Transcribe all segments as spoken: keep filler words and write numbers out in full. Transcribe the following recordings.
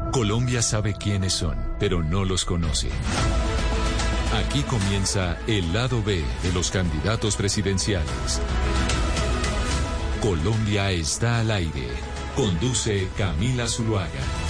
Colombia sabe quiénes son, pero no los conoce. Aquí comienza el lado B de los candidatos presidenciales. Colombia está al aire. Conduce Camila Zuluaga.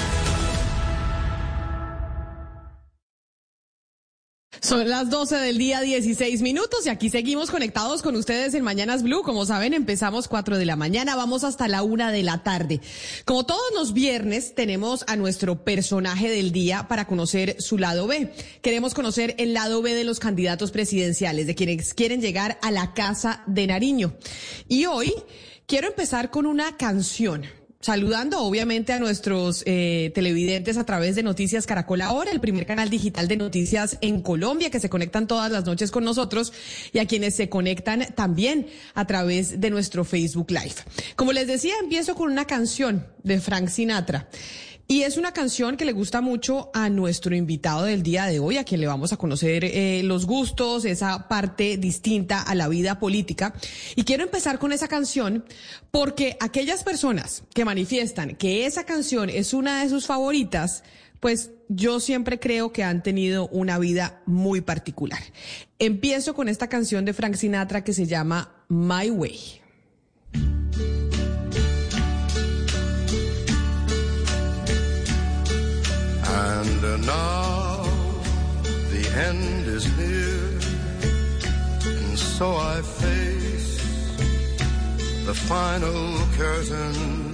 Son las doce del día, dieciséis minutos, y aquí seguimos conectados con ustedes en Mañanas Blue. Como saben, empezamos cuatro de la mañana, vamos hasta la una de la tarde. Como todos los viernes, tenemos a nuestro personaje del día para conocer su lado B. Queremos conocer el lado B de los candidatos presidenciales, de quienes quieren llegar a la Casa de Nariño. Y hoy quiero empezar con una canción. Saludando obviamente a nuestros eh, televidentes a través de Noticias Caracol Ahora, el primer canal digital de noticias en Colombia, que se conectan todas las noches con nosotros, y a quienes se conectan también a través de nuestro Facebook Live. Como les decía, empiezo con una canción de Frank Sinatra. Y es una canción que le gusta mucho a nuestro invitado del día de hoy, a quien le vamos a conocer eh, los gustos, esa parte distinta a la vida política. Y quiero empezar con esa canción porque aquellas personas que manifiestan que esa canción es una de sus favoritas, pues yo siempre creo que han tenido una vida muy particular. Empiezo con esta canción de Frank Sinatra que se llama My Way. And uh, now the end is near, and so I face the final curtain.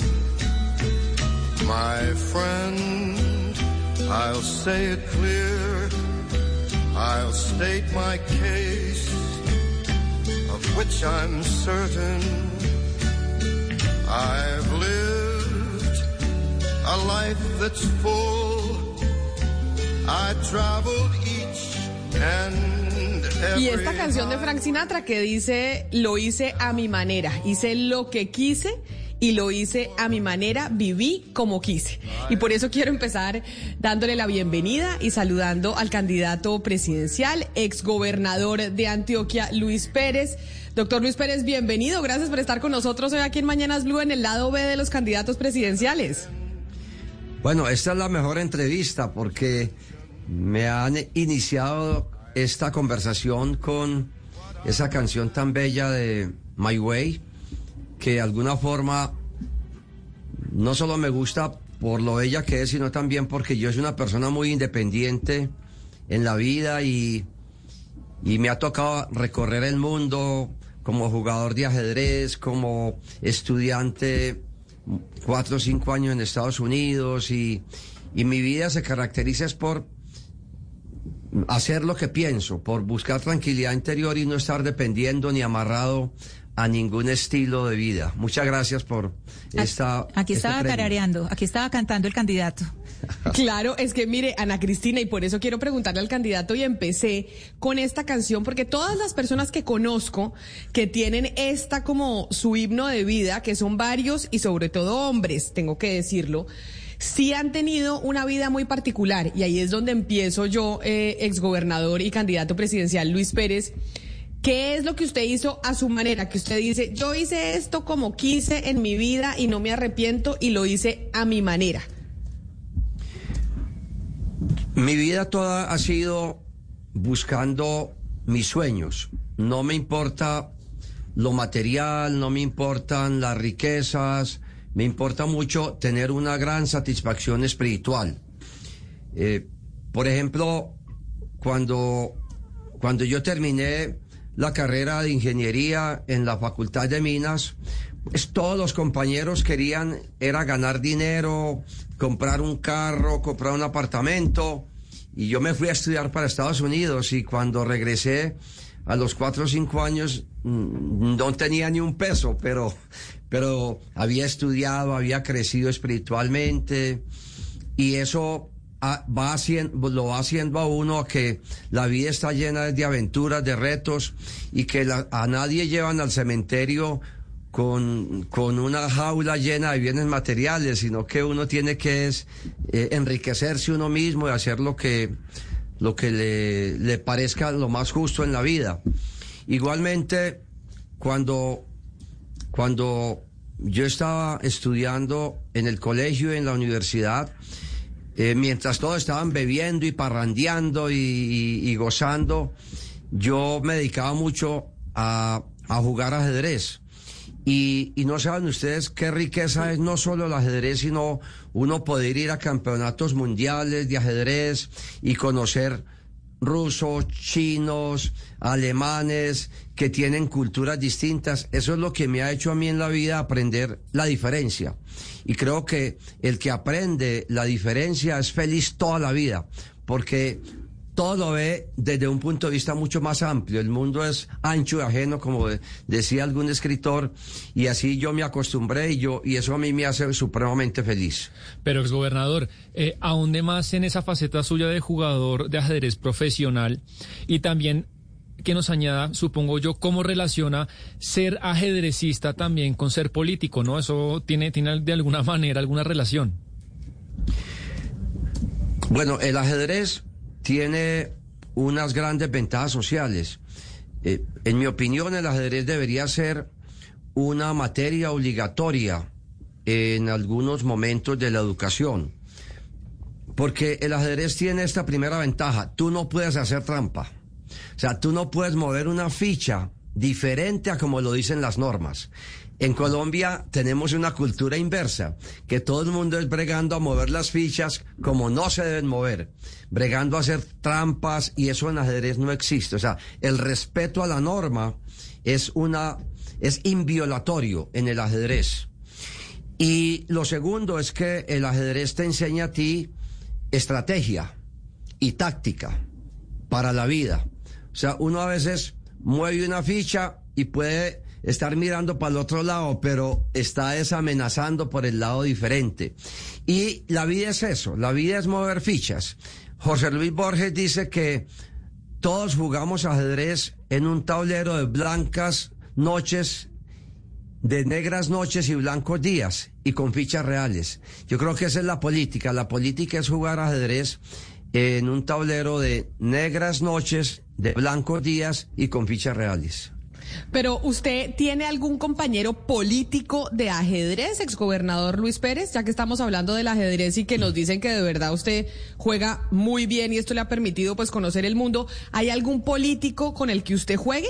My friend, I'll say it clear, I'll state my case, of which I'm certain. I've lived a life that's full. I traveled each and every Y esta canción de Frank Sinatra que dice, lo hice a mi manera, hice lo que quise y lo hice a mi manera, viví como quise. Y por eso quiero empezar dándole la bienvenida y saludando al candidato presidencial, exgobernador de Antioquia, Luis Pérez. Doctor Luis Pérez, bienvenido, gracias por estar con nosotros hoy aquí en Mañanas Blue en el lado B de los candidatos presidenciales. Bueno, esta es la mejor entrevista porque me han iniciado esta conversación con esa canción tan bella de My Way, que de alguna forma no solo me gusta por lo bella que es, sino también porque yo soy una persona muy independiente en la vida y, y me ha tocado recorrer el mundo como jugador de ajedrez, como estudiante, cuatro o cinco años en Estados Unidos, y, y mi vida se caracteriza es por hacer lo que pienso, por buscar tranquilidad interior y no estar dependiendo ni amarrado a ningún estilo de vida. Muchas gracias por esta... Aquí este estaba premio. tarareando, aquí estaba cantando el candidato. Claro, es que mire, Ana Cristina, y por eso quiero preguntarle al candidato, y empecé con esta canción, porque todas las personas que conozco que tienen esta como su himno de vida, que son varios y sobre todo hombres, tengo que decirlo, sí han tenido una vida muy particular, y ahí es donde empiezo yo, eh, exgobernador y candidato presidencial Luis Pérez. ¿Qué es lo que usted hizo a su manera? Que usted dice, yo hice esto como quise en mi vida y no me arrepiento y lo hice a mi manera. Mi vida toda ha sido buscando mis sueños. No me importa lo material, no me importan las riquezas, me importa mucho tener una gran satisfacción espiritual. Eh, por ejemplo, cuando, cuando yo terminé la carrera de ingeniería en la Facultad de Minas, pues todos los compañeros querían era ganar dinero, comprar un carro, comprar un apartamento, y yo me fui a estudiar para Estados Unidos, y cuando regresé a los cuatro o cinco años no tenía ni un peso, pero, pero había estudiado, había crecido espiritualmente, y eso va haciendo, lo va haciendo a uno a que la vida está llena de aventuras, de retos, y que la, a nadie llevan al cementerio con, con una jaula llena de bienes materiales, sino que uno tiene que es, eh, enriquecerse uno mismo y hacer lo que, lo que le, le parezca lo más justo en la vida. Igualmente, cuando, cuando yo estaba estudiando en el colegio y en la universidad, eh, mientras todos estaban bebiendo y parrandeando y, y, y gozando, yo me dedicaba mucho a, a jugar ajedrez. Y, y no saben ustedes qué riqueza es no solo el ajedrez, sino uno poder ir a campeonatos mundiales de ajedrez y conocer rusos, chinos, alemanes, que tienen culturas distintas. Eso es lo que me ha hecho a mí en la vida aprender la diferencia. Y creo que el que aprende la diferencia es feliz toda la vida, porque todo lo ve desde un punto de vista mucho más amplio. El mundo es ancho y ajeno, como de, decía algún escritor, y así yo me acostumbré y yo y eso a mí me hace supremamente feliz. Pero, exgobernador, eh, ahonde más en esa faceta suya de jugador de ajedrez profesional, y también que nos añada, supongo yo, cómo relaciona ser ajedrecista también con ser político, ¿no? Eso tiene, tiene de alguna manera alguna relación. Bueno, el ajedrez tiene unas grandes ventajas sociales. Eh, en mi opinión, el ajedrez debería ser una materia obligatoria en algunos momentos de la educación, porque el ajedrez tiene esta primera ventaja: tú no puedes hacer trampa. O sea, tú no puedes mover una ficha diferente a como lo dicen las normas. En Colombia tenemos una cultura inversa, que todo el mundo es bregando a mover las fichas como no se deben mover, bregando a hacer trampas, y eso en ajedrez no existe. O sea, el respeto a la norma es una, es inviolatorio en el ajedrez. Y lo segundo es que el ajedrez te enseña a ti estrategia y táctica para la vida. O sea, uno a veces mueve una ficha y puede estar mirando para el otro lado, pero está desamenazando por el lado diferente. Y la vida es eso, la vida es mover fichas. José Luis Borges dice que todos jugamos ajedrez en un tablero de blancas noches, de negras noches y blancos días, y con fichas reales. Yo creo que esa es la política. La política es jugar ajedrez en un tablero de negras noches, de blancos días y con fichas reales. Pero ¿usted tiene algún compañero político de ajedrez, exgobernador Luis Pérez? Ya que estamos hablando del ajedrez y que nos dicen que de verdad usted juega muy bien y esto le ha permitido pues conocer el mundo, ¿hay algún político con el que usted juegue?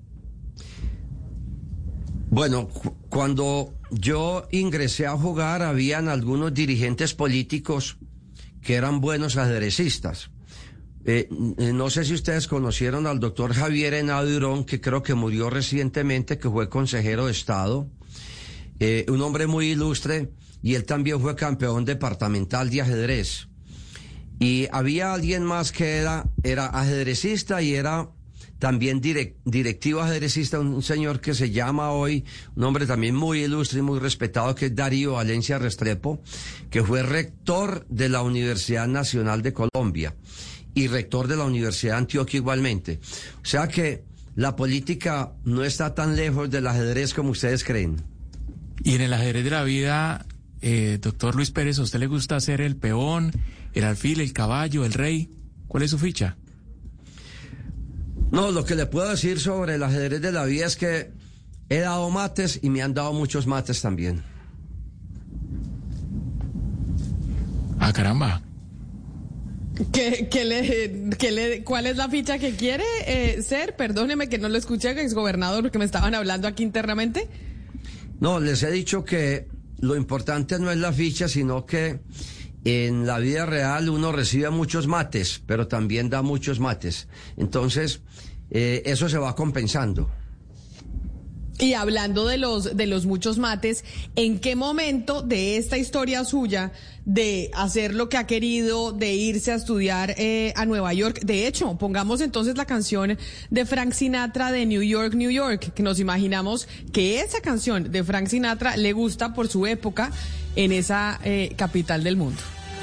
Bueno, cu- cuando yo ingresé a jugar, habían algunos dirigentes políticos que eran buenos ajedrecistas. Eh, no sé si ustedes conocieron al doctor Javier Henao Durón, que creo que murió recientemente, que fue consejero de Estado, eh, un hombre muy ilustre, y él también fue campeón departamental de ajedrez. Y había alguien más que era, era ajedrecista y era también direct, directivo ajedrecista, un, un señor que se llama hoy, un hombre también muy ilustre y muy respetado, que es Darío Valencia Restrepo, que fue rector de la Universidad Nacional de Colombia y rector de la Universidad de Antioquia igualmente. O sea que la política no está tan lejos del ajedrez como ustedes creen. Y en el ajedrez de la vida, eh, doctor Luis Pérez, ¿a usted le gusta hacer el peón, el alfil, el caballo, el rey? ¿Cuál es su ficha? No, lo que le puedo decir sobre el ajedrez de la vida es que he dado mates y me han dado muchos mates también. Ah, caramba. ¿Qué, qué le, qué le, ¿Cuál es la ficha que quiere eh, ser? Perdóneme que no lo escuché, exgobernador, porque me estaban hablando aquí internamente. No, les he dicho que lo importante no es la ficha, sino que en la vida real uno recibe muchos mates, pero también da muchos mates. Entonces, eh, eso se va compensando. Y hablando de los de los muchos mates, ¿en qué momento de esta historia suya de hacer lo que ha querido, de irse a estudiar eh, a Nueva York? De hecho, pongamos entonces la canción de Frank Sinatra de New York, New York, que nos imaginamos que esa canción de Frank Sinatra le gusta por su época en esa eh, capital del mundo.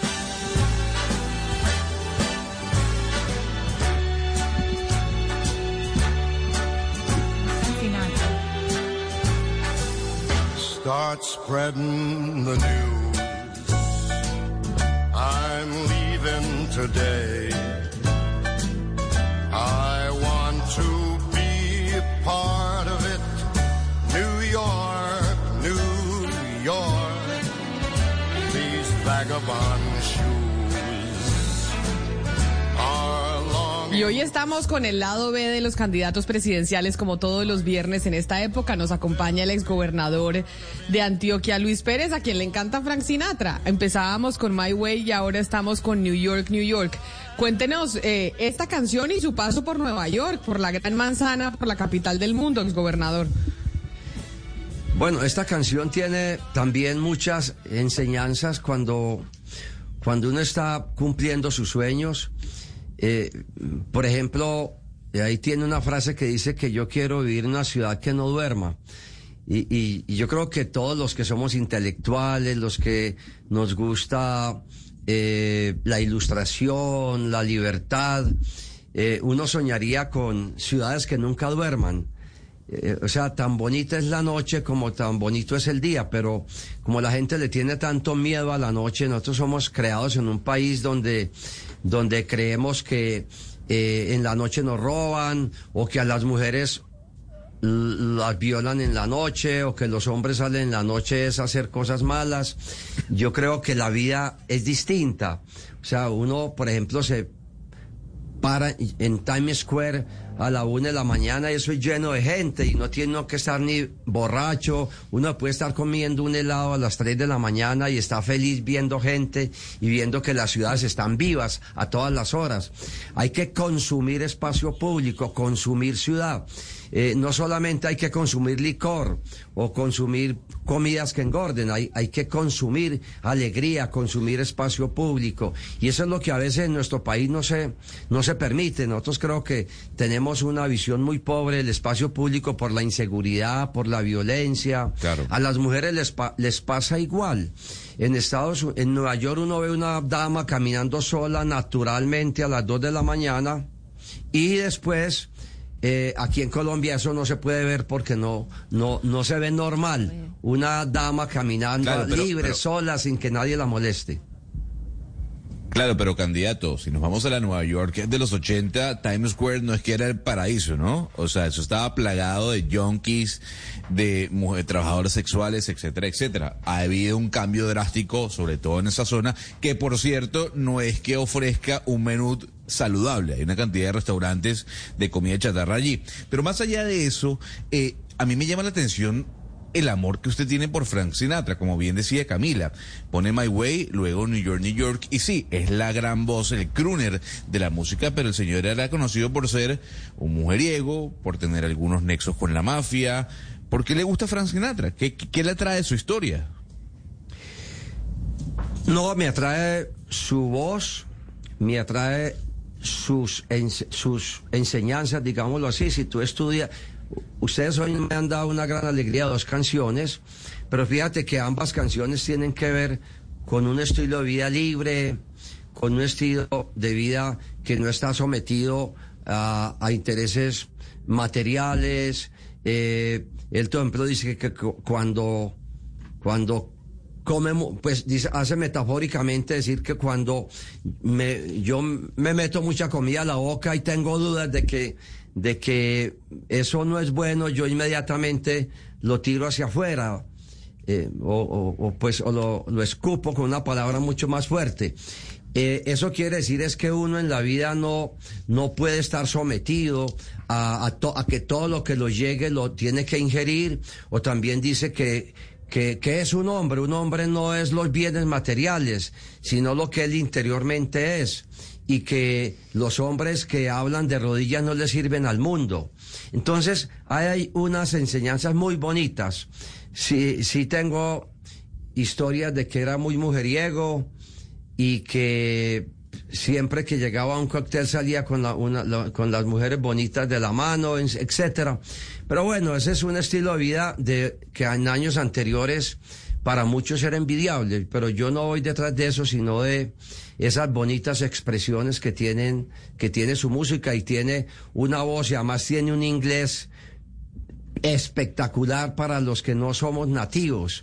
Start spreading the news. I'm leaving today. I want to be a part of it. New York, New York. These vagabond shoes Y hoy estamos con el lado B de los candidatos presidenciales, como todos los viernes en esta época. Nos acompaña el exgobernador de Antioquia, Luis Pérez, a quien le encanta Frank Sinatra. Empezábamos con My Way y ahora estamos con New York, New York. Cuéntenos eh, esta canción y su paso por Nueva York, por la Gran Manzana, por la capital del mundo, exgobernador. Bueno, esta canción tiene también muchas enseñanzas cuando, cuando uno está cumpliendo sus sueños. Eh, por ejemplo, ahí tiene una frase que dice que yo quiero vivir en una ciudad que no duerma. Y, y, y yo creo que todos los que somos intelectuales, los que nos gusta eh, la ilustración, la libertad, eh, uno soñaría con ciudades que nunca duerman. Eh, o sea, tan bonita es la noche como tan bonito es el día, pero como la gente le tiene tanto miedo a la noche, nosotros somos creados en un país donde, donde creemos que eh, en la noche nos roban, o que a las mujeres las violan en la noche, o que los hombres salen en la noche es hacer cosas malas. Yo creo que la vida es distinta. O sea, uno, por ejemplo, se para en Times Square a la una de la mañana y eso es lleno de gente y no tiene uno que estar ni borracho. Uno puede estar comiendo un helado a las tres de la mañana y está feliz viendo gente y viendo que las ciudades están vivas a todas las horas. Hay que consumir espacio público, consumir ciudad. Eh, no solamente hay que consumir licor o consumir comidas que engorden, hay, hay que consumir alegría, consumir espacio público. Y eso es lo que a veces en nuestro país no se, no se permite. Nosotros creo que tenemos una visión muy pobre del espacio público por la inseguridad, por la violencia. Claro. A las mujeres les, pa, les pasa igual. En Estados en Nueva York uno ve una dama caminando sola naturalmente a las dos de la mañana y después... Eh, aquí en Colombia eso no se puede ver porque no no no se ve normal una dama caminando claro, pero, libre, pero, sola, sin que nadie la moleste. Claro, pero candidato, si nos vamos a la Nueva York de los ochenta, Times Square no es que era el paraíso, ¿no? O sea, eso estaba plagado de junkies, de mujeres, trabajadores sexuales, etcétera, etcétera. Ha habido un cambio drástico, sobre todo en esa zona, que por cierto no es que ofrezca un menú saludable. Hay una cantidad de restaurantes de comida chatarra allí. Pero más allá de eso, eh, a mí me llama la atención el amor que usted tiene por Frank Sinatra, como bien decía Camila. Pone My Way, luego New York, New York, y sí, es la gran voz, el crooner de la música, pero el señor era conocido por ser un mujeriego, por tener algunos nexos con la mafia. ¿Por qué le gusta Frank Sinatra? ¿Qué, qué, qué le atrae su historia? No, me atrae su voz, me atrae sus, en, sus enseñanzas, digámoslo así. Si tú estudias... Ustedes hoy me han dado una gran alegría, dos canciones, pero fíjate que ambas canciones tienen que ver con un estilo de vida libre, con un estilo de vida que no está sometido a, a intereses materiales. Eh, él, por ejemplo, dice que, que cuando, cuando come, pues dice, hace metafóricamente decir que cuando me, yo me meto mucha comida a la boca y tengo dudas de que de que eso no es bueno, yo inmediatamente lo tiro hacia afuera, eh, o, o, o pues o lo, lo escupo con una palabra mucho más fuerte. Eh, eso quiere decir es que uno en la vida no, no puede estar sometido a, a, to, a que todo lo que lo llegue lo tiene que ingerir, o también dice que Que, que es un hombre. Un hombre no es los bienes materiales, sino lo que él interiormente es. Y que los hombres que hablan de rodillas no le sirven al mundo. Entonces, hay unas enseñanzas muy bonitas. Sí, sí tengo historias de que era muy mujeriego y que siempre que llegaba a un cóctel salía con, la, una, la, con las mujeres bonitas de la mano, etcétera. Pero bueno, ese es un estilo de vida de que en años anteriores para muchos era envidiable, pero yo no voy detrás de eso, sino de esas bonitas expresiones que tienen, que tiene su música, y tiene una voz y además tiene un inglés espectacular para los que no somos nativos.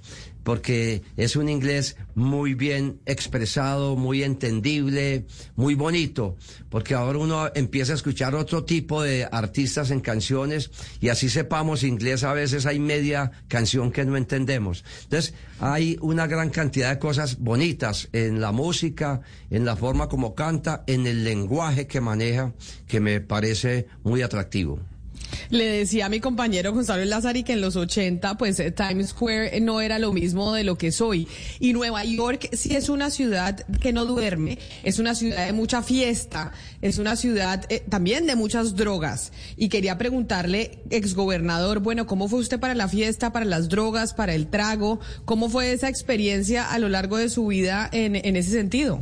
porque es un inglés muy bien expresado, muy entendible, muy bonito, porque ahora uno empieza a escuchar otro tipo de artistas en canciones y así sepamos inglés, a veces hay media canción que no entendemos. Entonces, hay una gran cantidad de cosas bonitas en la música, en la forma como canta, en el lenguaje que maneja, que me parece muy atractivo. Le decía a mi compañero Gonzalo Lázari que en los ochenta, pues Times Square no era lo mismo de lo que es hoy. Y Nueva York sí es una ciudad que no duerme, es una ciudad de mucha fiesta, es una ciudad eh, también de muchas drogas. Y quería preguntarle, exgobernador, bueno, ¿cómo fue usted para la fiesta, para las drogas, para el trago? ¿Cómo fue esa experiencia a lo largo de su vida en, en ese sentido?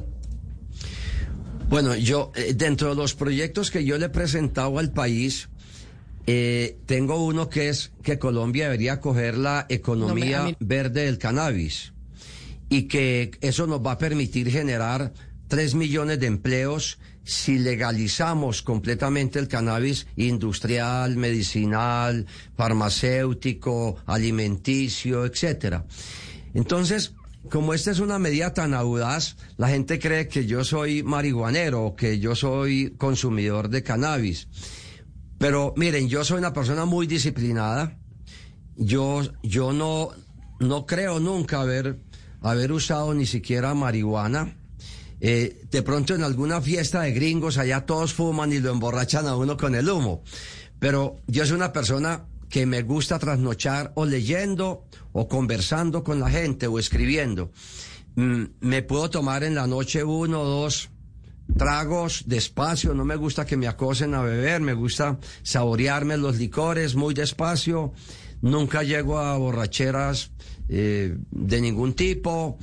Bueno, yo, eh, dentro de los proyectos que yo le he presentado al país, Eh, tengo uno que es que Colombia debería coger la economía no, me, mí... verde del cannabis y que eso nos va a permitir generar tres millones de empleos si legalizamos completamente el cannabis industrial, medicinal, farmacéutico, alimenticio, etcétera. Entonces, como esta es una medida tan audaz, la gente cree que yo soy marihuanero o que yo soy consumidor de cannabis. Pero miren, yo soy una persona muy disciplinada. Yo, yo no, no creo nunca haber, haber usado ni siquiera marihuana. Eh, de pronto en alguna fiesta de gringos allá todos fuman y lo emborrachan a uno con el humo. Pero yo soy una persona que me gusta trasnochar o leyendo o conversando con la gente o escribiendo. Mm, me puedo tomar en la noche uno o dos tragos despacio, no me gusta que me acosen a beber, me gusta saborearme los licores muy despacio, nunca llego a borracheras eh, de ningún tipo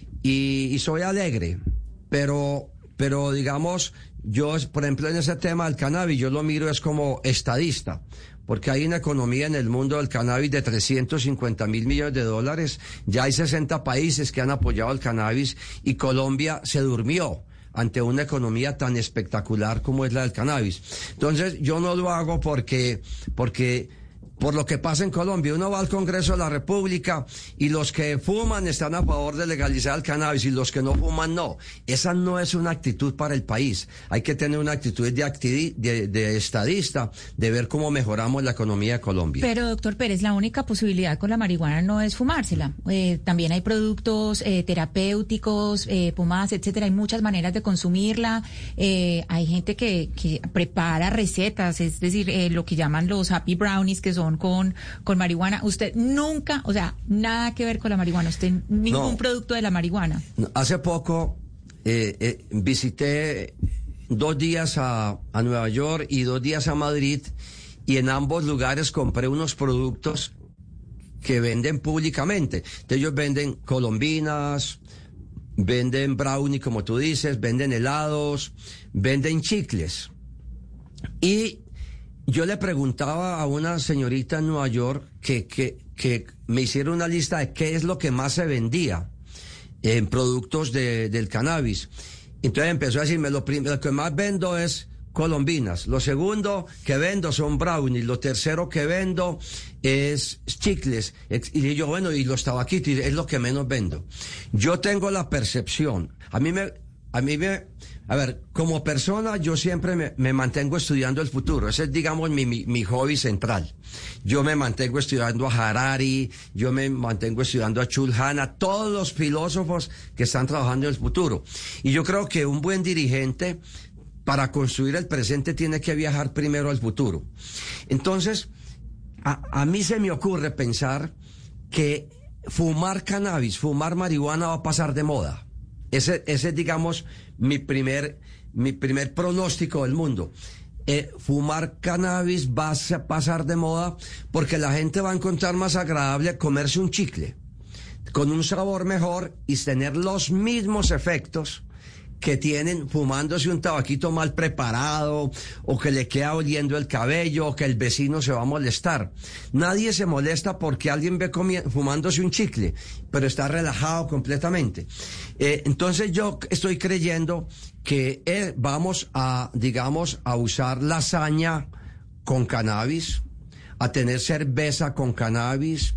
y, y soy alegre, pero, pero digamos, yo, por ejemplo, en ese tema del cannabis, yo lo miro es como estadista, porque hay una economía en el mundo del cannabis de trescientos cincuenta mil millones de dólares, ya hay sesenta países que han apoyado el cannabis y Colombia se durmió ante una economía tan espectacular como es la del cannabis. Entonces, yo no lo hago porque, porque, por lo que pasa en Colombia, uno va al Congreso de la República y los que fuman están a favor de legalizar el cannabis y los que no fuman no. Esa no es una actitud para el país. Hay que tener una actitud de, activi- de, de estadista, de ver cómo mejoramos la economía de Colombia. Pero, doctor Pérez, la única posibilidad con la marihuana no es fumársela. Eh, también hay productos eh, terapéuticos, eh, pomadas, etcétera. Hay muchas maneras de consumirla. Eh, hay gente que, que prepara recetas, es decir, eh, lo que llaman los happy brownies, que son Con, con marihuana. Usted nunca, o sea, nada que ver con la marihuana, usted ningún no, producto de la marihuana. Hace poco eh, eh, visité dos días a, a Nueva York y dos días a Madrid y en ambos lugares compré unos productos que venden públicamente. Entonces ellos venden colombinas, venden brownie como tú dices, venden helados, venden chicles. Y yo le preguntaba a una señorita en Nueva York que, que, que me hiciera una lista de qué es lo que más se vendía en productos de, del cannabis. Entonces empezó a decirme, lo, prim- lo que más vendo es colombinas, lo segundo que vendo son brownies, lo tercero que vendo es chicles. Y yo, bueno, y los tabaquitos es lo que menos vendo. Yo tengo la percepción, a mí me... A mí me, a ver, como persona yo siempre me, me mantengo estudiando el futuro. Ese es, digamos, mi, mi, mi hobby central. Yo me mantengo estudiando a Harari, yo me mantengo estudiando a Chulhana, todos los filósofos que están trabajando en el futuro. Y yo creo que un buen dirigente, para construir el presente, tiene que viajar primero al futuro. Entonces, a, a mí se me ocurre pensar que fumar cannabis, fumar marihuana va a pasar de moda. Ese, ese es, digamos, mi primer, mi primer pronóstico del mundo. Eh, fumar cannabis va a pasar de moda porque la gente va a encontrar más agradable comerse un chicle con un sabor mejor y tener los mismos efectos que tienen fumándose un tabaquito mal preparado, o que le queda oliendo el cabello, o que el vecino se va a molestar. Nadie se molesta porque alguien ve comi- fumándose un chicle, pero está relajado completamente. Eh, entonces yo estoy creyendo que eh, vamos a, digamos, a usar lasaña con cannabis, a tener cerveza con cannabis,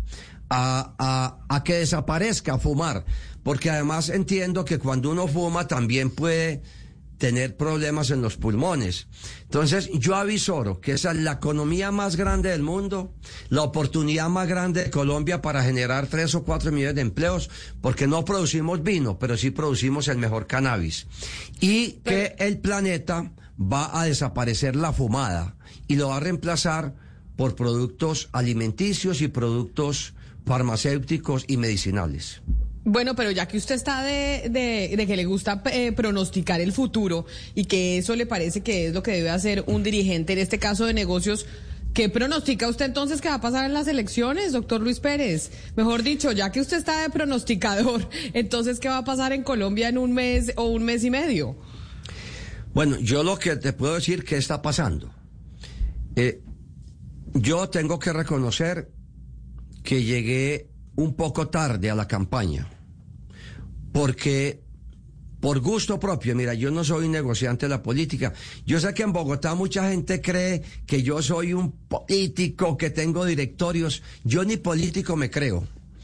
a, a, a que desaparezca fumar, porque además entiendo que cuando uno fuma también puede tener problemas en los pulmones. Entonces, yo avisoro que esa es la economía más grande del mundo, la oportunidad más grande de Colombia para generar tres o cuatro millones de empleos, porque no producimos vino, pero sí producimos el mejor cannabis. Y que el planeta va a desaparecer la fumada y lo va a reemplazar por productos alimenticios y productos farmacéuticos y medicinales. Bueno, pero ya que usted está de, de, de que le gusta eh, pronosticar el futuro y que eso le parece que es lo que debe hacer un dirigente, en este caso de negocios, ¿qué pronostica usted entonces que va a pasar en las elecciones, doctor Luis Pérez? Mejor dicho, ya que usted está de pronosticador, entonces, ¿qué va a pasar en Colombia en un mes o un mes y medio? Bueno, yo lo que te puedo decir que está pasando. Eh, yo tengo que reconocer que llegué un poco tarde a la campaña, porque por gusto propio, mira, yo no soy un negociante de la política. Yo sé que en Bogotá mucha gente cree que yo soy un político, que tengo directorios. Yo ni político me creo.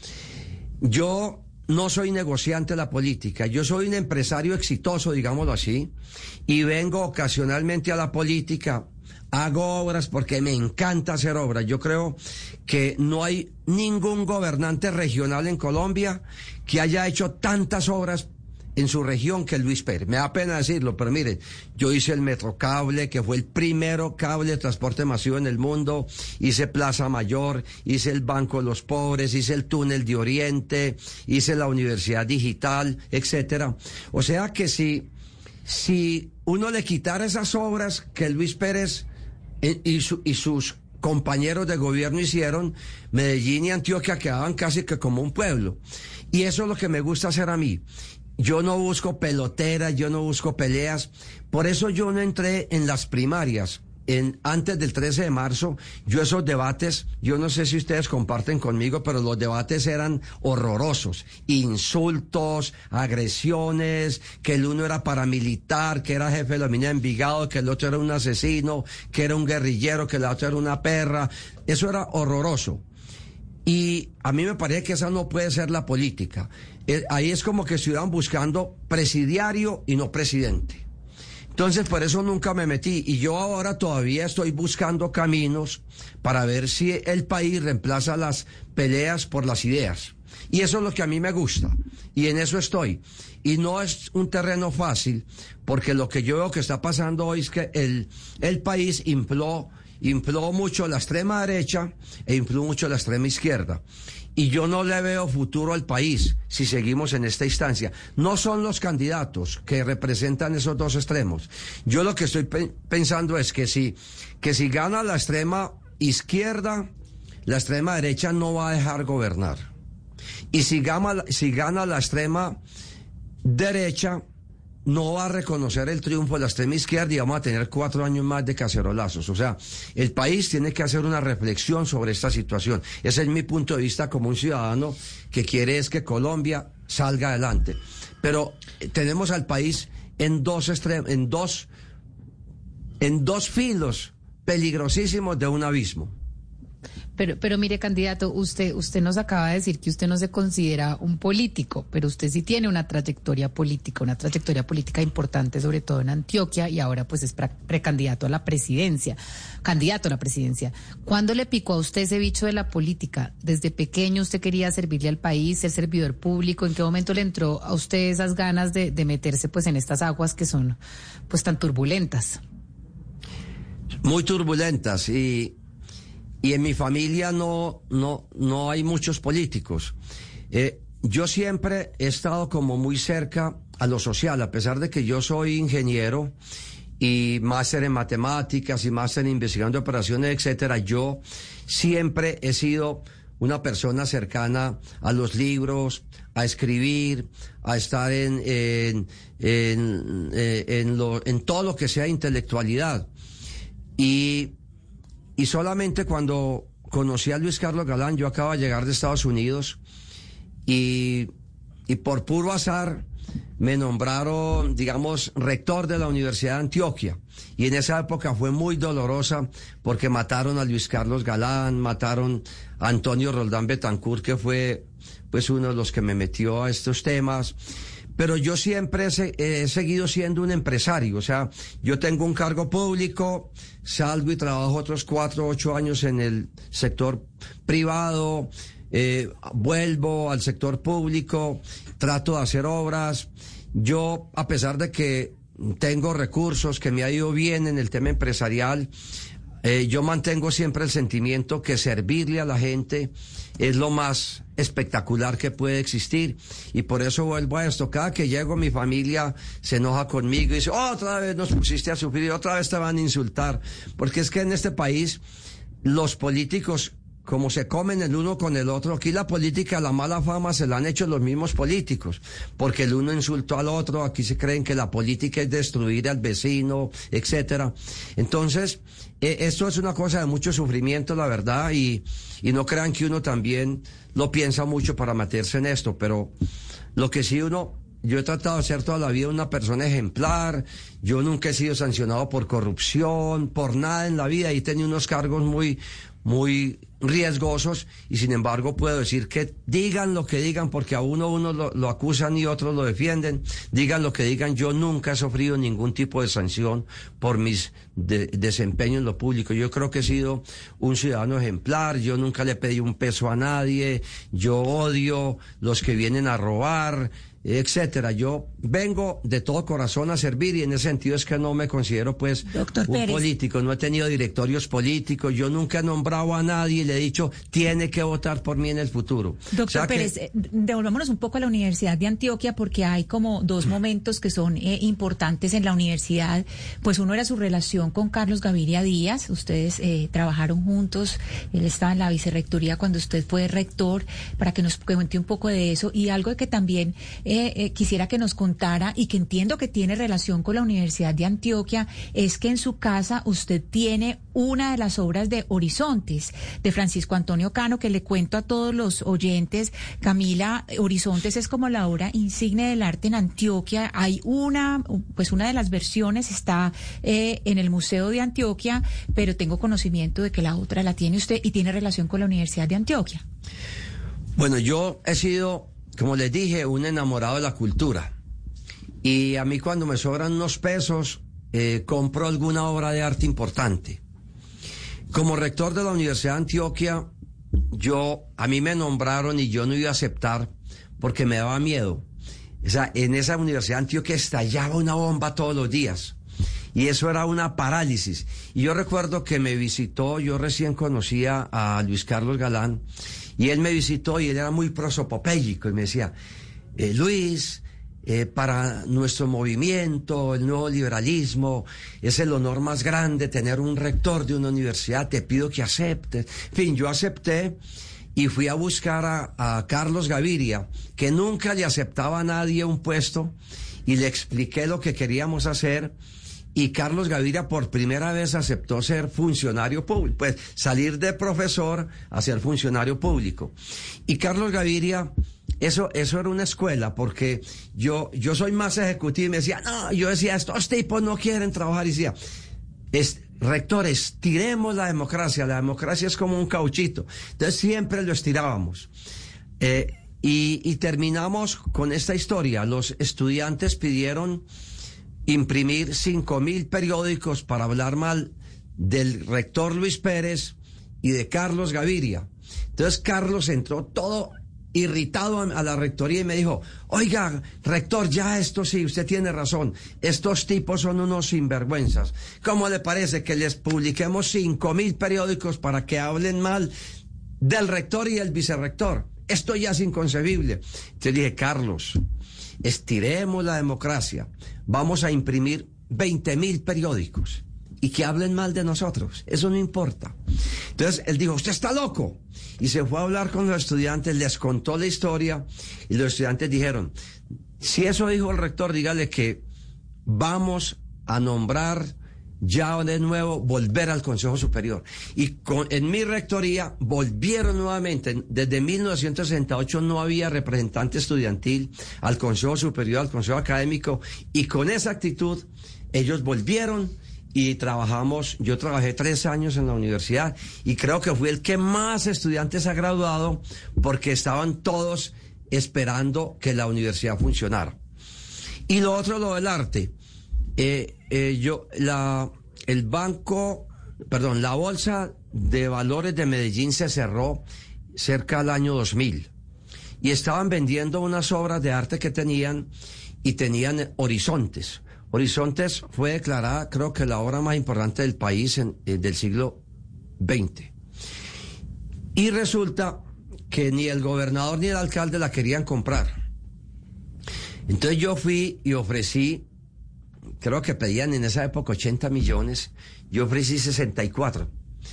Yo no soy negociante de la política. Yo soy un empresario exitoso, digámoslo así, y vengo ocasionalmente a la política. Hago obras porque me encanta hacer obras. Yo creo que no hay ningún gobernante regional en Colombia que haya hecho tantas obras en su región que Luis Pérez. Me da pena decirlo, pero miren, yo hice el Metrocable, que fue el primero cable de transporte masivo en el mundo, hice Plaza Mayor, hice el Banco de los Pobres, hice el Túnel de Oriente, hice la Universidad Digital, etcétera. O sea que si, si uno le quitara esas obras que Luis Pérez y, su, y sus compañeros de gobierno hicieron, Medellín y Antioquia quedaban casi que como un pueblo. Y eso es lo que me gusta hacer a mí. Yo no busco peloteras, yo no busco peleas. Por eso yo no entré en las primarias. En, antes del trece de marzo, yo esos debates, yo no sé si ustedes comparten conmigo, pero los debates eran horrorosos. Insultos, agresiones, que el uno era paramilitar, que era jefe de la mina de Envigado, que el otro era un asesino, que era un guerrillero, que la otra era una perra. Eso era horroroso. Y a mí me parece que esa no puede ser la política. Eh, ahí es como que estuvieran buscando presidiario y no presidente. Entonces, por eso nunca me metí. Y yo ahora todavía estoy buscando caminos para ver si el país reemplaza las peleas por las ideas. Y eso es lo que a mí me gusta. Y en eso estoy. Y no es un terreno fácil, porque lo que yo veo que está pasando hoy es que el, el país infló, infló mucho la extrema derecha e infló mucho la extrema izquierda. Y yo no le veo futuro al país si seguimos en esta instancia. No son los candidatos que representan esos dos extremos. Yo lo que estoy pe- pensando es que si, que si gana la extrema izquierda, la extrema derecha no va a dejar gobernar. Y si gana, si gana la extrema derecha, no va a reconocer el triunfo de la extrema izquierda y vamos a tener cuatro años más de cacerolazos. O sea, el país tiene que hacer una reflexión sobre esta situación. Ese es mi punto de vista como un ciudadano que quiere es que Colombia salga adelante. Pero tenemos al país en dos extremos, en dos, en dos filos peligrosísimos de un abismo. Pero, pero mire, candidato, usted, usted nos acaba de decir que usted no se considera un político, pero usted sí tiene una trayectoria política, una trayectoria política importante, sobre todo en Antioquia, y ahora pues es pre- precandidato a la presidencia, candidato a la presidencia. ¿Cuándo le picó a usted ese bicho de la política? ¿Desde pequeño usted quería servirle al país, ser servidor público? ¿En qué momento le entró a usted esas ganas de, de meterse pues en estas aguas que son pues tan turbulentas? Muy turbulentas y... Y en mi familia no, no, no hay muchos políticos. Eh, yo siempre he estado como muy cerca a lo social, a pesar de que yo soy ingeniero y máster en matemáticas y máster en investigación de operaciones, etcétera. Yo siempre he sido una persona cercana a los libros, a escribir, a estar en, en, en, eh, en, lo, en todo lo que sea intelectualidad. Y... Y solamente cuando conocí a Luis Carlos Galán, yo acabo de llegar de Estados Unidos y, y por puro azar me nombraron, digamos, rector de la Universidad de Antioquia. Y en esa época fue muy dolorosa porque mataron a Luis Carlos Galán, mataron a Antonio Roldán Betancourt, que fue pues uno de los que me metió a estos temas. Pero yo siempre he, se- he seguido siendo un empresario, o sea, yo tengo un cargo público, salgo y trabajo otros cuatro, ocho años en el sector privado, eh, vuelvo al sector público, trato de hacer obras. Yo, a pesar de que tengo recursos, que me ha ido bien en el tema empresarial, eh, yo mantengo siempre el sentimiento que servirle a la gente es lo más espectacular que puede existir, y por eso vuelvo a esto. Cada que llego, mi familia se enoja conmigo y dice, otra vez nos pusiste a sufrir, otra vez te van a insultar, porque es que en este país los políticos, como se comen el uno con el otro, aquí la política, la mala fama se la han hecho los mismos políticos, porque el uno insultó al otro, aquí se creen que la política es destruir al vecino, etcétera. Entonces, eh, esto es una cosa de mucho sufrimiento, la verdad, y, y no crean que uno también lo piensa mucho para meterse en esto, pero lo que sí uno... Yo he tratado de ser toda la vida una persona ejemplar, yo nunca he sido sancionado por corrupción, por nada en la vida, y he tenido unos cargos muy, muy riesgosos, y sin embargo puedo decir que digan lo que digan, porque a uno uno lo, lo acusan y otros lo defienden, digan lo que digan, yo nunca he sufrido ningún tipo de sanción por mis de, desempeños en lo público. Yo creo que he sido un ciudadano ejemplar, yo nunca le pedí un peso a nadie, yo odio los que vienen a robar, etcétera. Yo vengo de todo corazón a servir, y en ese sentido es que no me considero pues Doctor un Pérez. político, no he tenido directorios políticos, yo nunca he nombrado a nadie y le he dicho tiene que votar por mí en el futuro. Doctor O sea que- Pérez, eh, devolvámonos un poco a la Universidad de Antioquia, porque hay como dos momentos que son eh, importantes en la universidad. Pues uno era su relación con Carlos Gaviria Díaz, ustedes eh, trabajaron juntos, él estaba en la vicerrectoría cuando usted fue rector, para que nos cuente un poco de eso, y algo que también eh, eh, quisiera que nos contara, y que entiendo que tiene relación con la Universidad de Antioquia, es que en su casa usted tiene una de las obras de Horizontes, de Francisco Antonio Cano, que le cuento a todos los oyentes, Camila, Horizontes es como la obra insignia del arte en Antioquia. Hay una, pues una de las versiones está eh, en el Museo de Antioquia, pero tengo conocimiento de que la otra la tiene usted y tiene relación con la Universidad de Antioquia. Bueno, yo he sido, como les dije, un enamorado de la cultura. Y a mí cuando me sobran unos pesos, eh, compro alguna obra de arte importante. Como rector de la Universidad de Antioquia, yo, a mí me nombraron y yo no iba a aceptar porque me daba miedo. O sea, en esa Universidad de Antioquia estallaba una bomba todos los días. Y eso era una parálisis. Y yo recuerdo que me visitó, yo recién conocía a Luis Carlos Galán, y él me visitó y él era muy prosopopéyico y me decía, eh, Luis, eh, para nuestro movimiento, el nuevo liberalismo, es el honor más grande tener un rector de una universidad, te pido que aceptes. En fin, yo acepté y fui a buscar a, a Carlos Gaviria, que nunca le aceptaba a nadie un puesto, y le expliqué lo que queríamos hacer. Y Carlos Gaviria por primera vez aceptó ser funcionario público, pues salir de profesor a ser funcionario público. Y Carlos Gaviria, eso, eso era una escuela, porque yo, yo soy más ejecutivo y me decía, no, yo decía, estos tipos no quieren trabajar, y decía, es, rector, estiremos la democracia, la democracia es como un cauchito. Entonces siempre lo estirábamos. Eh, y, y terminamos con esta historia. Los estudiantes pidieron imprimir cinco mil periódicos para hablar mal del rector Luis Pérez y de Carlos Gaviria. Entonces Carlos entró todo irritado a, a la rectoría y me dijo, oiga, rector, ya esto sí, usted tiene razón, estos tipos son unos sinvergüenzas. ¿Cómo le parece que les publiquemos cinco mil periódicos para que hablen mal del rector y el vicerrector? Esto ya es inconcebible. Entonces dije, Carlos, estiremos la democracia, vamos a imprimir veinte mil periódicos y que hablen mal de nosotros, eso no importa. Entonces él dijo, usted está loco, y se fue a hablar con los estudiantes, les contó la historia, y los estudiantes dijeron, si eso dijo el rector, dígale que vamos a nombrar ya de nuevo volver al Consejo Superior. Y con, en mi rectoría volvieron nuevamente, desde mil novecientos sesenta y ocho no había representante estudiantil al Consejo Superior, al Consejo Académico, y con esa actitud ellos volvieron y trabajamos, yo trabajé tres años en la universidad y creo que fui el que más estudiantes ha graduado porque estaban todos esperando que la universidad funcionara. Y lo otro, lo del arte. Eh, eh, yo, la, el banco, perdón, la Bolsa de Valores de Medellín se cerró cerca del año dos mil y estaban vendiendo unas obras de arte que tenían y tenían Horizontes. Horizontes fue declarada, creo que la obra más importante del país en, eh, del siglo veinte. Y resulta que ni el gobernador ni el alcalde la querían comprar. Entonces yo fui y ofrecí, creo que pedían en esa época ochenta millones, yo ofrecí sesenta y cuatro.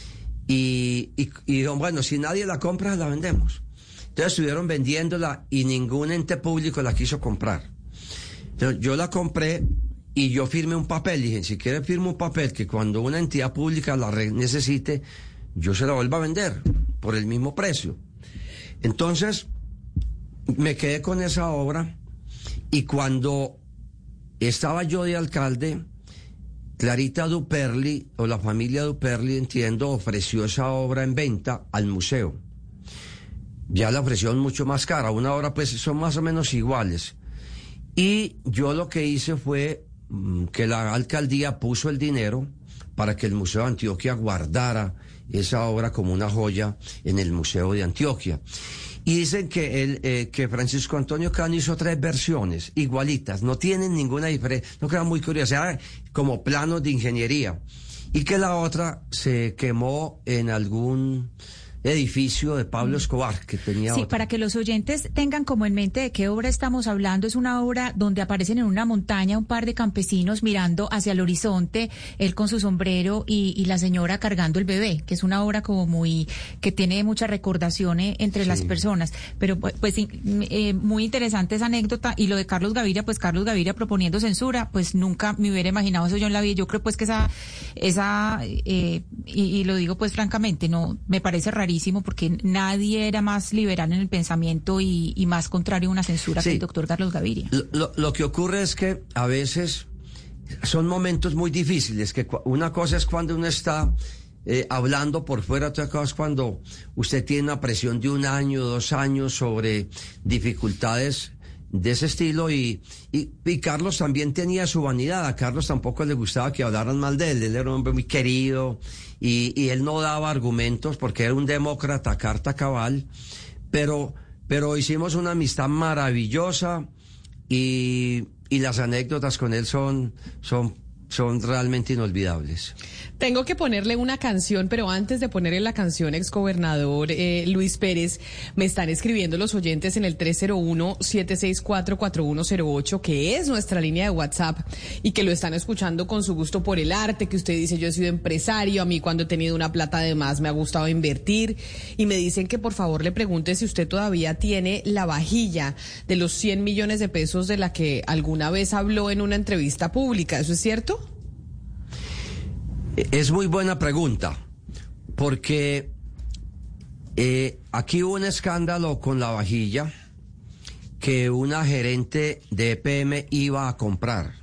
Y, y, y dijeron, bueno, si nadie la compra, la vendemos. Entonces estuvieron vendiéndola y ningún ente público la quiso comprar. Entonces yo la compré y yo firmé un papel. Dije, si quiere firme un papel que cuando una entidad pública la necesite, yo se la vuelvo a vender por el mismo precio. Entonces me quedé con esa obra y cuando estaba yo de alcalde, Clarita Duperli, o la familia Duperli, entiendo, ofreció esa obra en venta al museo. Ya la ofrecieron mucho más cara, una obra pues son más o menos iguales. Y yo lo que hice fue mmm, que la alcaldía puso el dinero para que el Museo de Antioquia guardara esa obra como una joya en el Museo de Antioquia. Y dicen que el, eh, que Francisco Antonio Cano hizo tres versiones igualitas, no tienen ninguna diferencia, no queda muy curioso, era como planos de ingeniería. Y que la otra se quemó en algún edificio de Pablo Escobar que tenía. Sí, otra. para que los oyentes tengan como en mente de qué obra estamos hablando, es una obra donde aparecen en una montaña un par de campesinos mirando hacia el horizonte, él con su sombrero y, y la señora cargando el bebé, que es una obra como muy, que tiene mucha recordación eh, entre sí. las personas. Pero pues, pues eh, muy interesante esa anécdota. Y lo de Carlos Gaviria, pues Carlos Gaviria proponiendo censura, pues nunca me hubiera imaginado eso yo en la vida. Yo creo pues que esa, esa eh, y, y lo digo pues francamente, no, me parece rarísimo porque nadie era más liberal en el pensamiento y, y más contrario a una censura sí. que el doctor Carlos Gaviria. Lo, lo, lo que ocurre es que a veces son momentos muy difíciles, que una cosa es cuando uno está eh, hablando por fuera, otra cosa es cuando usted tiene una presión de un año, dos años sobre dificultades de ese estilo y, y, y Carlos también tenía su vanidad. A Carlos tampoco le gustaba que hablaran mal de él, él era un hombre muy querido y, y él no daba argumentos porque era un demócrata carta cabal, pero, pero hicimos una amistad maravillosa y, y las anécdotas con él son, son, son realmente inolvidables. Tengo que ponerle una canción, pero antes de ponerle la canción, exgobernador eh, Luis Pérez, me están escribiendo los oyentes en el tres cero uno, siete seis cuatro, cuatro uno cero ocho, que es nuestra línea de WhatsApp, y que lo están escuchando con su gusto por el arte, que usted dice, yo he sido empresario, a mí cuando he tenido una plata de más me ha gustado invertir, y me dicen que por favor le pregunte si usted todavía tiene la vajilla de los cien millones de pesos de la que alguna vez habló en una entrevista pública. ¿Eso es cierto? Es muy buena pregunta, porque eh, aquí hubo un escándalo con la vajilla que una gerente de E P M iba a comprar.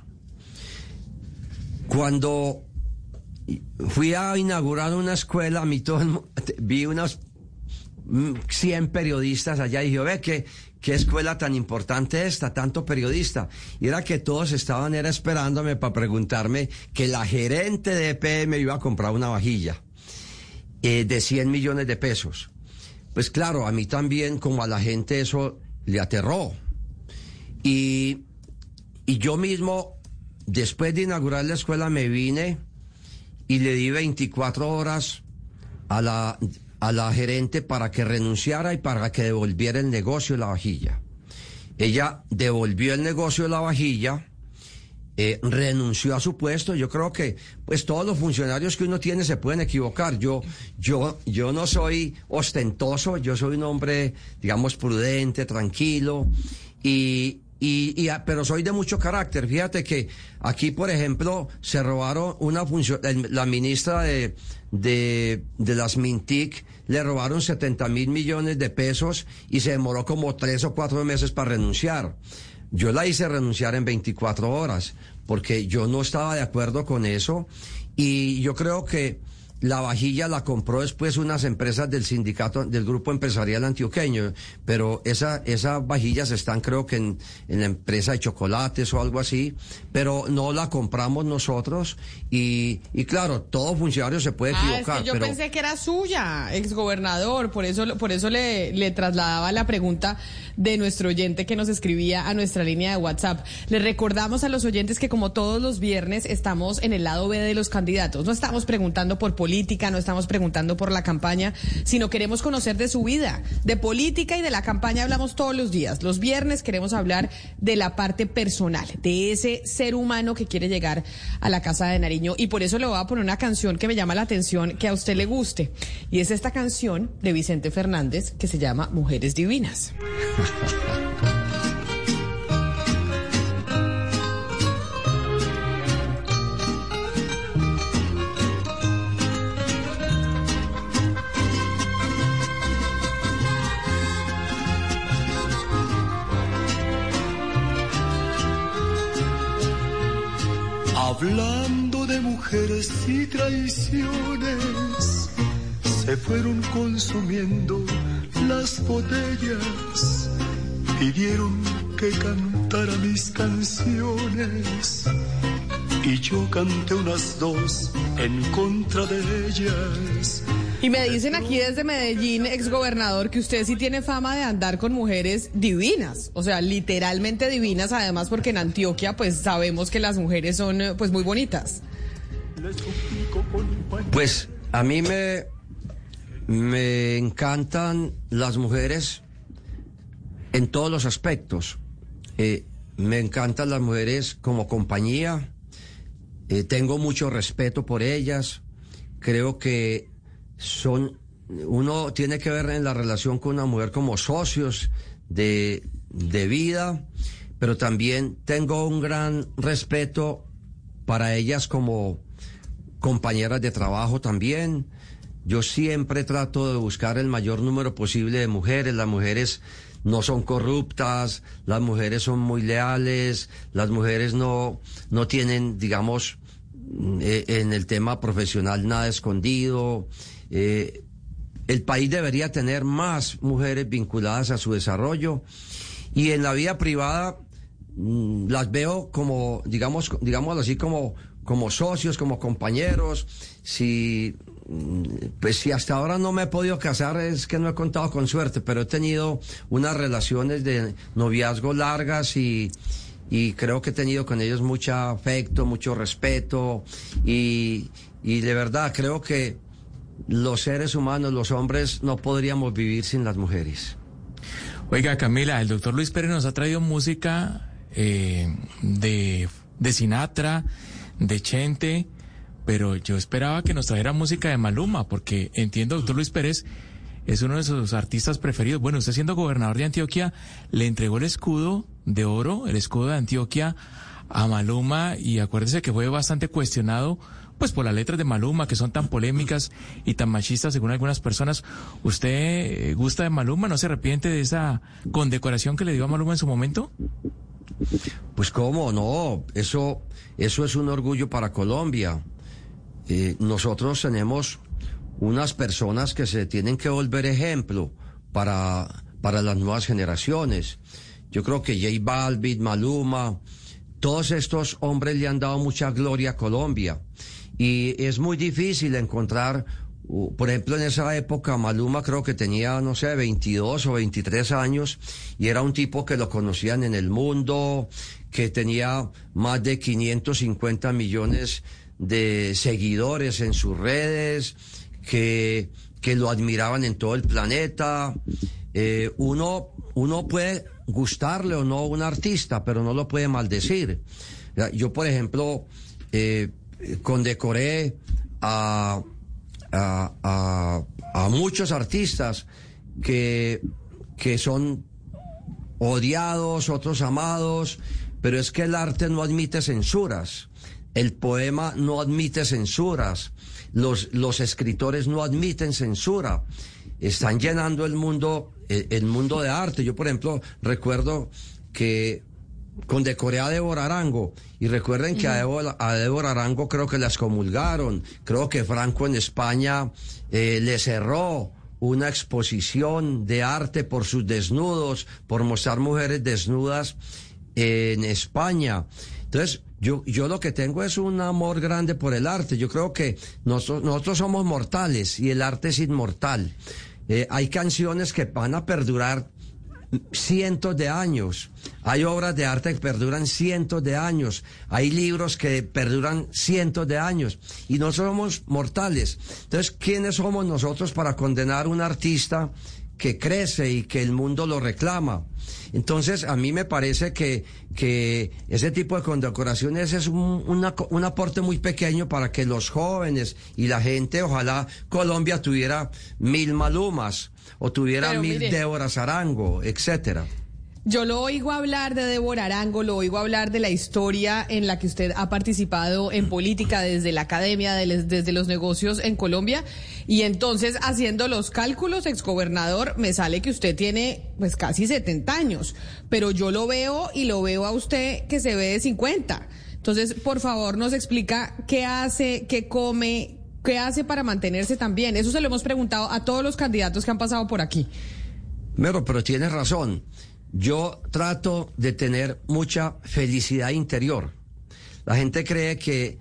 Cuando fui a inaugurar una escuela, a mí todo, vi unos cien periodistas allá y dije, ve, ¿qué, qué escuela tan importante esta, tanto periodista? Y era que todos estaban era esperándome para preguntarme que la gerente de E P M iba a comprar una vajilla eh, de cien millones de pesos. Pues claro, a mí también, como a la gente, eso le aterró. Y, y yo mismo, después de inaugurar la escuela, me vine y le di veinticuatro horas a la... a la gerente para que renunciara y para que devolviera el negocio de la vajilla. Ella devolvió el negocio de la vajilla, eh, renunció a su puesto. Yo creo que pues todos los funcionarios que uno tiene se pueden equivocar. Yo, yo, yo no soy ostentoso, yo soy un hombre, digamos, prudente, tranquilo, y, y, y, pero soy de mucho carácter. Fíjate que aquí, por ejemplo, se robaron una función, la ministra de, de, de las Mintic, le robaron setenta mil millones de pesos y se demoró como tres o cuatro meses para renunciar. Yo la hice renunciar en veinticuatro horas, porque yo no estaba de acuerdo con eso, y yo creo que la vajilla la compró después unas empresas del sindicato, del grupo empresarial antioqueño, pero esa, esas vajillas están, creo que en, en la empresa de chocolates o algo así, pero no la compramos nosotros, y, y claro, todo funcionario se puede equivocar. Ah, es que yo pero... pensé que era suya, exgobernador, por eso, por eso le, le trasladaba la pregunta de nuestro oyente que nos escribía a nuestra línea de WhatsApp. Le recordamos a los oyentes que, como todos los viernes, estamos en el lado B de los candidatos. No estamos preguntando por política, no estamos preguntando por la campaña, sino queremos conocer de su vida. De política y de la campaña hablamos todos los días. Los viernes queremos hablar de la parte personal, de ese ser humano que quiere llegar a la Casa de Nariño, y por eso le voy a poner una canción que me llama la atención, que a usted le guste, y es esta canción de Vicente Fernández que se llama Mujeres Divinas. Hablando de mujeres y traiciones, se fueron consumiendo las botellas, pidieron que cantara mis canciones, y yo canté unas dos en contra de ellas. Y me dicen aquí desde Medellín, exgobernador, que usted sí tiene fama de andar con mujeres divinas, o sea, literalmente divinas, además porque en Antioquia pues sabemos que las mujeres son pues muy bonitas. Pues a mí me, me encantan las mujeres en todos los aspectos. Eh, me encantan las mujeres como compañía, eh, tengo mucho respeto por ellas, creo que son, uno tiene que ver en la relación con una mujer como socios de, de vida, pero también tengo un gran respeto para ellas como compañeras de trabajo también. Yo siempre trato de buscar el mayor número posible de mujeres. Las mujeres no son corruptas, las mujeres son muy leales, las mujeres no, no tienen, digamos, eh, en el tema profesional nada escondido. Eh, el país debería tener más mujeres vinculadas a su desarrollo, y en la vida privada mmm, las veo como, digamos, digamos así, como, como socios, como compañeros. Si, pues si hasta ahora no me he podido casar, es que no he contado con suerte, pero he tenido unas relaciones de noviazgo largas, y, y creo que he tenido con ellos mucho afecto, mucho respeto, y, y de verdad creo que los seres humanos, los hombres, no podríamos vivir sin las mujeres. Oiga, Camila, el doctor Luis Pérez nos ha traído música eh, de, de Sinatra, de Chente, pero yo esperaba que nos trajera música de Maluma, porque entiendo, doctor Luis Pérez es uno de sus artistas preferidos. Bueno, usted, siendo gobernador de Antioquia, le entregó el escudo de oro, el escudo de Antioquia, a Maluma, y acuérdese que fue bastante cuestionado pues por las letras de Maluma, que son tan polémicas y tan machistas según algunas personas. ¿Usted gusta de Maluma? ¿No se arrepiente de esa condecoración que le dio a Maluma en su momento? Pues cómo no, eso, eso es un orgullo para Colombia. Eh, nosotros tenemos unas personas que se tienen que volver ejemplo para, para las nuevas generaciones. Yo creo que J Balvin, Maluma, todos estos hombres le han dado mucha gloria a Colombia. Y es muy difícil encontrar, uh, por ejemplo, en esa época Maluma creo que tenía, no sé, veintidós o veintitrés años, y era un tipo que lo conocían en el mundo, que tenía más de quinientos cincuenta millones de seguidores en sus redes, que, que lo admiraban en todo el planeta. Eh, uno, uno puede gustarle o no a un artista, pero no lo puede maldecir. Yo, por ejemplo, eh, condecoré a, a, a, a muchos artistas que, que son odiados, otros amados, pero es que el arte no admite censuras, el poema no admite censuras, los, los escritores no admiten censura, están llenando el mundo, el, el mundo de arte. Yo, por ejemplo, recuerdo que condecoré a Débora Arango, y recuerden que a Débora, a Débora Arango creo que la excomulgaron, creo que Franco en España eh, le cerró una exposición de arte por sus desnudos, por mostrar mujeres desnudas eh, en España. Entonces, yo, yo lo que tengo es un amor grande por el arte. Yo creo que nosotros, nosotros somos mortales y el arte es inmortal. Eh, hay canciones que van a perdurar cientos de años, hay obras de arte que perduran cientos de años, hay libros que perduran cientos de años, y no somos mortales. Entonces, ¿quiénes somos nosotros para condenar a un artista que crece y que el mundo lo reclama? Entonces, a mí me parece que, que ese tipo de condecoraciones es un, una, un aporte muy pequeño para que los jóvenes y la gente, ojalá Colombia tuviera mil Malumas, o tuviera Pero mil mire, Déboras Arango, etcétera. Yo lo oigo hablar de Débora Arango, lo oigo hablar de la historia en la que usted ha participado en política desde la academia, de les- desde los negocios en Colombia, y entonces, haciendo los cálculos, exgobernador, me sale que usted tiene pues casi setenta años, pero yo lo veo y lo veo a usted que se ve de cincuenta. Entonces, por favor, nos explica qué hace, qué come, qué hace para mantenerse tan bien. Eso se lo hemos preguntado a todos los candidatos que han pasado por aquí. Mero, pero tienes razón. Yo trato de tener mucha felicidad interior. La gente cree que,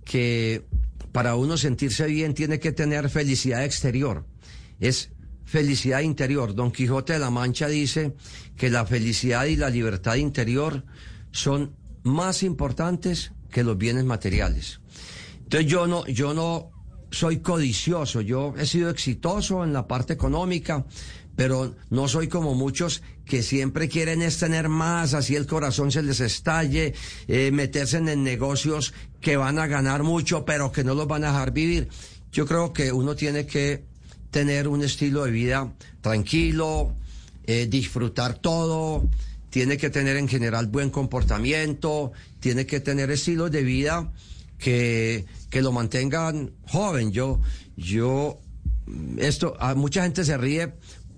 que para uno sentirse bien tiene que tener felicidad exterior. Es felicidad interior. Don Quijote de la Mancha dice que la felicidad y la libertad interior son más importantes que los bienes materiales. Entonces yo no, yo no soy codicioso. Yo he sido exitoso en la parte económica, pero no soy como muchos que siempre quieren es tener más, así el corazón se les estalle, eh, meterse en negocios que van a ganar mucho, pero que no los van a dejar vivir. Yo creo que uno tiene que tener un estilo de vida tranquilo, eh, disfrutar todo, tiene que tener en general buen comportamiento, tiene que tener estilos de vida que, que lo mantengan joven. Yo, yo, esto, a mucha gente se ríe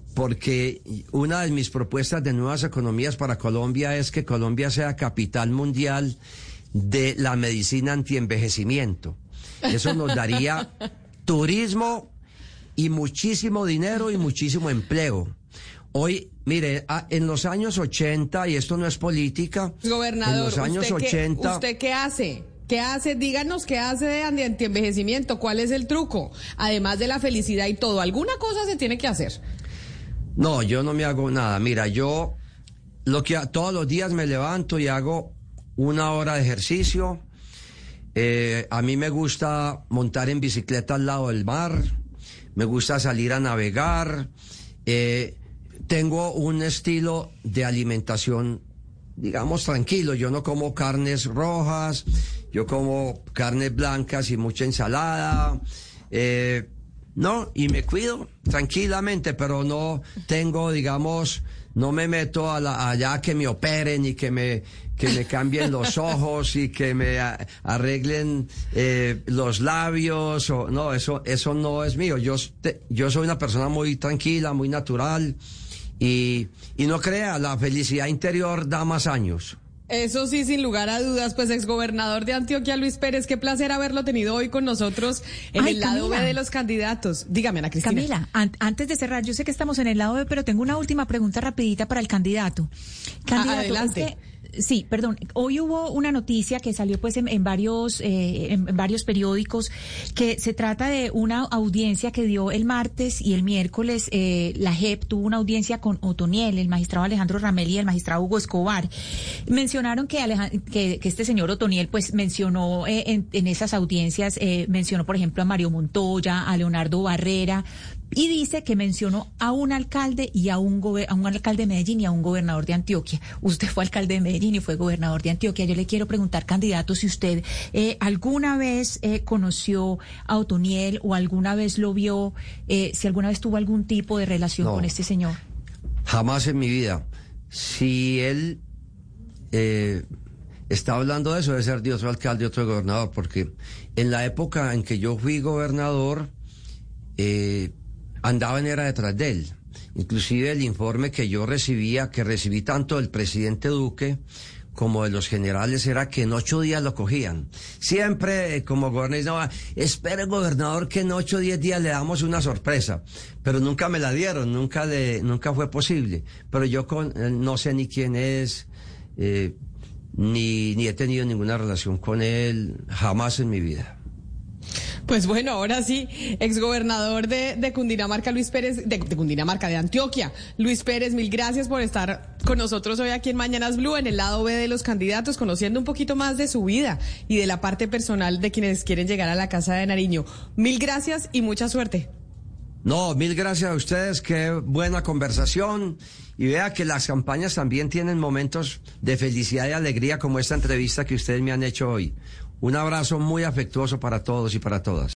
porque una de mis propuestas de nuevas economías para Colombia es que Colombia sea capital mundial de la medicina antienvejecimiento. Eso nos daría turismo y muchísimo dinero y muchísimo empleo. Hoy, mire, en los años ochenta, y esto no es política, Gobernador, en los años ¿usted, ochenta... qué, ¿usted qué hace? ¿Qué hace? Díganos qué hace de antienvejecimiento, cuál es el truco, además de la felicidad y todo. Alguna cosa se tiene que hacer. No, yo no me hago nada. Mira, yo lo que todos los días me levanto y hago una hora de ejercicio. Eh, a mí me gusta montar en bicicleta al lado del mar, me gusta salir a navegar. Eh, tengo un estilo de alimentación, digamos, tranquilo. Yo no como carnes rojas, yo como carnes blancas y mucha ensalada. Eh, No, y me cuido tranquilamente, pero no tengo, digamos, no me meto a la, allá que me operen y que me, que me cambien los ojos y que me a, arreglen eh, los labios. O, no, eso, eso no es mío. Yo, te, yo soy una persona muy tranquila, muy natural, y, y no crea, la felicidad interior da más años. Eso sí, sin lugar a dudas, pues exgobernador de Antioquia, Luis Pérez, qué placer haberlo tenido hoy con nosotros en Ay, el lado Camila. B de los candidatos. Dígame, Ana Cristina. Camila, an- antes de cerrar, yo sé que estamos en el lado B, pero tengo una última pregunta rapidita para el candidato. Candidato, adelante. es que- sí, perdón. Hoy hubo una noticia que salió pues en, en varios eh, en, en varios periódicos, que se trata de una audiencia que dio el martes y el miércoles. Eh, la J E P tuvo una audiencia con Otoniel, el magistrado Alejandro Ramel y el magistrado Hugo Escobar. Mencionaron que, Aleja- que, que este señor Otoniel pues mencionó eh, en, en esas audiencias, eh, mencionó por ejemplo a Mario Montoya, a Leonardo Barrera, y dice que mencionó a un alcalde y a un, gobe- a un alcalde de Medellín y a un gobernador de Antioquia. Usted fue alcalde de Medellín y fue gobernador de Antioquia. Yo le quiero preguntar, candidato, si usted eh, alguna vez eh, conoció a Otoniel o alguna vez lo vio, eh, si alguna vez tuvo algún tipo de relación No. con este señor. Jamás en mi vida. si él eh, está hablando de eso, debe ser de otro alcalde, otro gobernador, porque en la época en que yo fui gobernador, eh, andaban era detrás de él. Inclusive el informe que yo recibía, que recibí tanto del presidente Duque como de los generales, era que en ocho días lo cogían. Siempre eh, como gobernador, no, espere gobernador que en ocho o diez días le damos una sorpresa. Pero nunca me la dieron, nunca le, nunca fue posible. Pero yo con, eh, no sé ni quién es, eh, ni, ni he tenido ninguna relación con él, jamás en mi vida. Pues bueno, ahora sí, exgobernador de, de Cundinamarca, Luis Pérez, de, de Cundinamarca, de Antioquia, Luis Pérez, mil gracias por estar con nosotros hoy aquí en Mañanas Blue, en el lado B de los candidatos, conociendo un poquito más de su vida y de la parte personal de quienes quieren llegar a la Casa de Nariño. Mil gracias y mucha suerte. No, mil gracias a ustedes, qué buena conversación. Y vea que las campañas también tienen momentos de felicidad y alegría como esta entrevista que ustedes me han hecho hoy. Un abrazo muy afectuoso para todos y para todas.